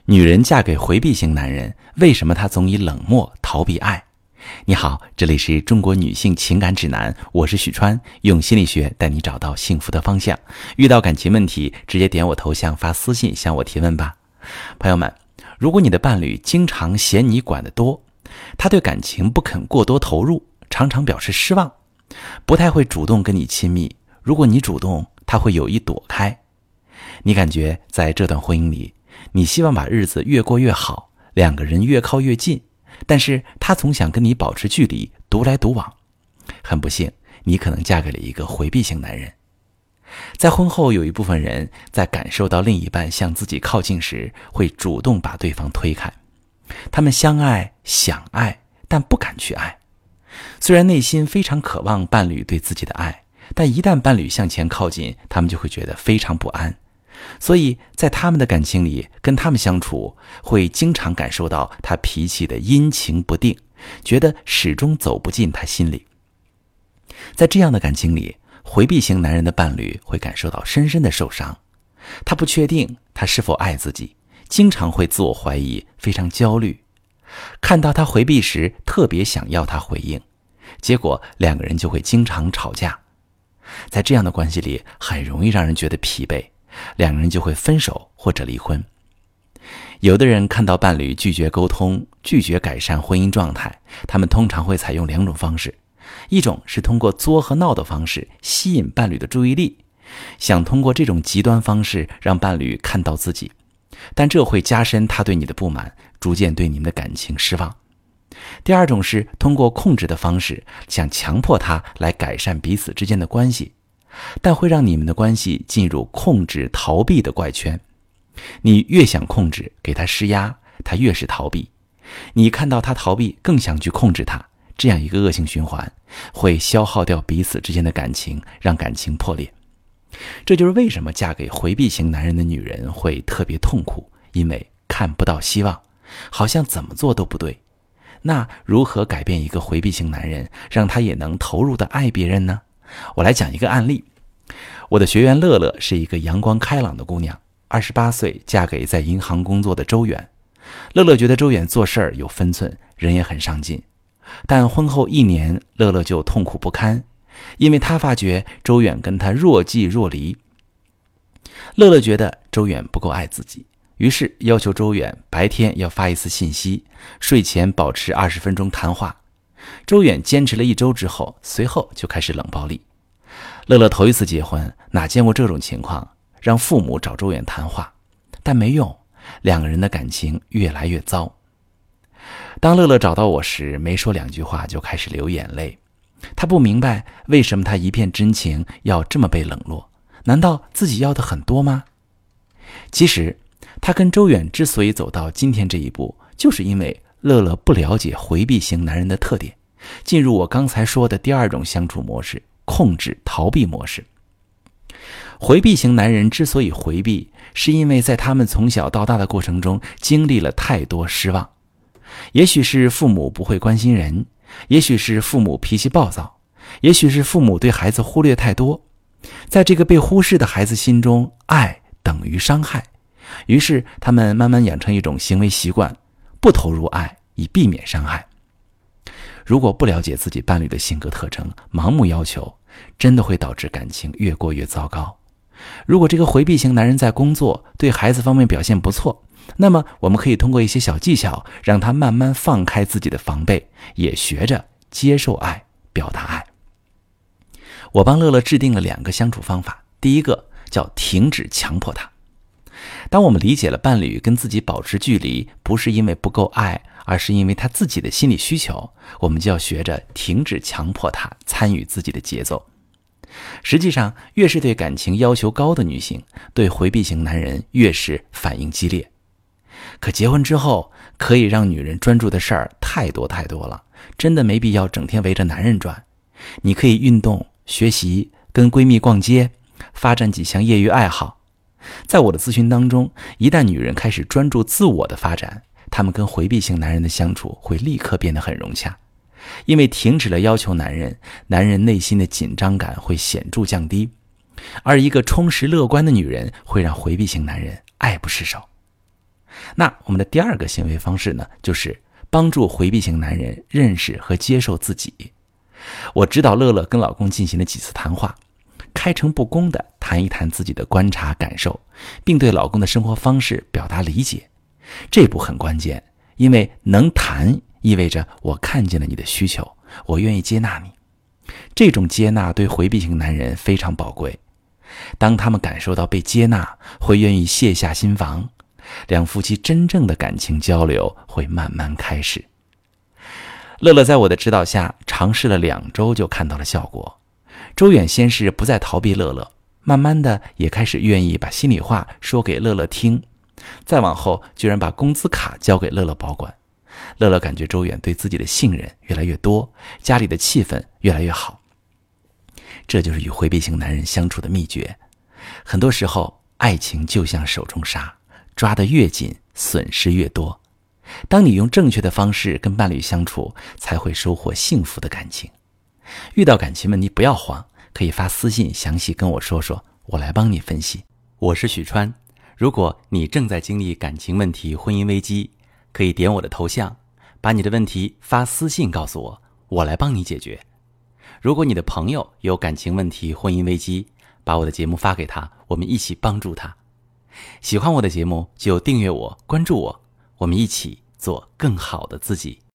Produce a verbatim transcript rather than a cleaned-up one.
女人嫁给回避型男人，为什么她总以冷漠逃避爱？你好，这里是中国女性情感指南，我是许川，用心理学带你找到幸福的方向。遇到感情问题，直接点我头像发私信向我提问吧。朋友们，如果你的伴侣经常嫌你管得多，他对感情不肯过多投入，常常表示失望，不太会主动跟你亲密，如果你主动，他会有意躲开。你感觉在这段婚姻里，你希望把日子越过越好，两个人越靠越近，但是他总想跟你保持距离，独来独往。很不幸，你可能嫁给了一个回避型男人。在婚后，有一部分人在感受到另一半向自己靠近时，会主动把对方推开。他们相爱想爱，但不敢去爱。虽然内心非常渴望伴侣对自己的爱，但一旦伴侣向前靠近，他们就会觉得非常不安。所以在他们的感情里，跟他们相处会经常感受到他脾气的阴晴不定，觉得始终走不进他心里。在这样的感情里，回避型男人的伴侣会感受到深深的受伤，他不确定他是否爱自己，经常会自我怀疑，非常焦虑。看到他回避时，特别想要他回应，结果两个人就会经常吵架。在这样的关系里，很容易让人觉得疲惫，两个人就会分手或者离婚。有的人看到伴侣拒绝沟通，拒绝改善婚姻状态，他们通常会采用两种方式。一种是通过作和闹的方式吸引伴侣的注意力，想通过这种极端方式让伴侣看到自己，但这会加深他对你的不满，逐渐对你们的感情失望。第二种是通过控制的方式，想强迫他来改善彼此之间的关系，但会让你们的关系进入控制逃避的怪圈。你越想控制，给他施压，他越是逃避。你看到他逃避，更想去控制他，这样一个恶性循环，会消耗掉彼此之间的感情，让感情破裂。这就是为什么嫁给回避型男人的女人会特别痛苦，因为看不到希望，好像怎么做都不对。那如何改变一个回避型男人，让他也能投入的爱别人呢？我来讲一个案例。我的学员乐乐是一个阳光开朗的姑娘，二十八岁，嫁给在银行工作的周远。乐乐觉得周远做事儿有分寸，人也很上进。但婚后一年，乐乐就痛苦不堪，因为他发觉周远跟他若即若离。乐乐觉得周远不够爱自己，于是要求周远白天要发一次信息，睡前保持二十分钟谈话。周远坚持了一周之后，随后就开始冷暴力。乐乐头一次结婚，哪见过这种情况，让父母找周远谈话，但没用，两个人的感情越来越糟。当乐乐找到我时，没说两句话就开始流眼泪。他不明白为什么他一片真情要这么被冷落，难道自己要的很多吗？其实他跟周远之所以走到今天这一步，就是因为乐乐不了解回避型男人的特点，进入我刚才说的第二种相处模式，控制逃避模式。回避型男人之所以回避，是因为在他们从小到大的过程中经历了太多失望。也许是父母不会关心人，也许是父母脾气暴躁，也许是父母对孩子忽略太多。在这个被忽视的孩子心中，爱等于伤害，于是他们慢慢养成一种行为习惯，不投入爱，以避免伤害。如果不了解自己伴侣的性格特征，盲目要求，真的会导致感情越过越糟糕。如果这个回避型男人在工作对孩子方面表现不错，那么我们可以通过一些小技巧，让他慢慢放开自己的防备，也学着接受爱，表达爱。我帮乐乐制定了两个相处方法，第一个叫停止强迫他。当我们理解了伴侣跟自己保持距离不是因为不够爱，而是因为他自己的心理需求，我们就要学着停止强迫他参与自己的节奏。实际上，越是对感情要求高的女性，对回避型男人越是反应激烈。可结婚之后，可以让女人专注的事儿太多太多了，真的没必要整天围着男人转。你可以运动、学习、跟闺蜜逛街，发展几项业余爱好。在我的咨询当中，一旦女人开始专注自我的发展，她们跟回避型男人的相处会立刻变得很融洽。因为停止了要求男人，男人内心的紧张感会显著降低，而一个充实乐观的女人会让回避型男人爱不释手。 那我们的第二个行为方式呢，就是帮助回避型男人认识和接受自己。我指导乐乐跟老公进行了几次谈话，开诚布公地谈一谈自己的观察感受，并对老公的生活方式表达理解。这步很关键，因为能谈意味着我看见了你的需求，我愿意接纳你。这种接纳对回避型男人非常宝贵，当他们感受到被接纳，会愿意卸下心防，两夫妻真正的感情交流会慢慢开始。乐乐在我的指导下尝试了两周就看到了效果。周远先是不再逃避乐乐，慢慢的也开始愿意把心里话说给乐乐听，再往后居然把工资卡交给乐乐保管。乐乐感觉周远对自己的信任越来越多，家里的气氛越来越好。这就是与回避型男人相处的秘诀。很多时候，爱情就像手中沙，抓得越紧，损失越多。当你用正确的方式跟伴侣相处，才会收获幸福的感情。遇到感情问题不要慌，可以发私信详细跟我说说，我来帮你分析。我是许川，如果你正在经历感情问题、婚姻危机，可以点我的头像，把你的问题发私信告诉我，我来帮你解决。如果你的朋友有感情问题、婚姻危机，把我的节目发给他，我们一起帮助他。喜欢我的节目就订阅我、关注我，我们一起做更好的自己。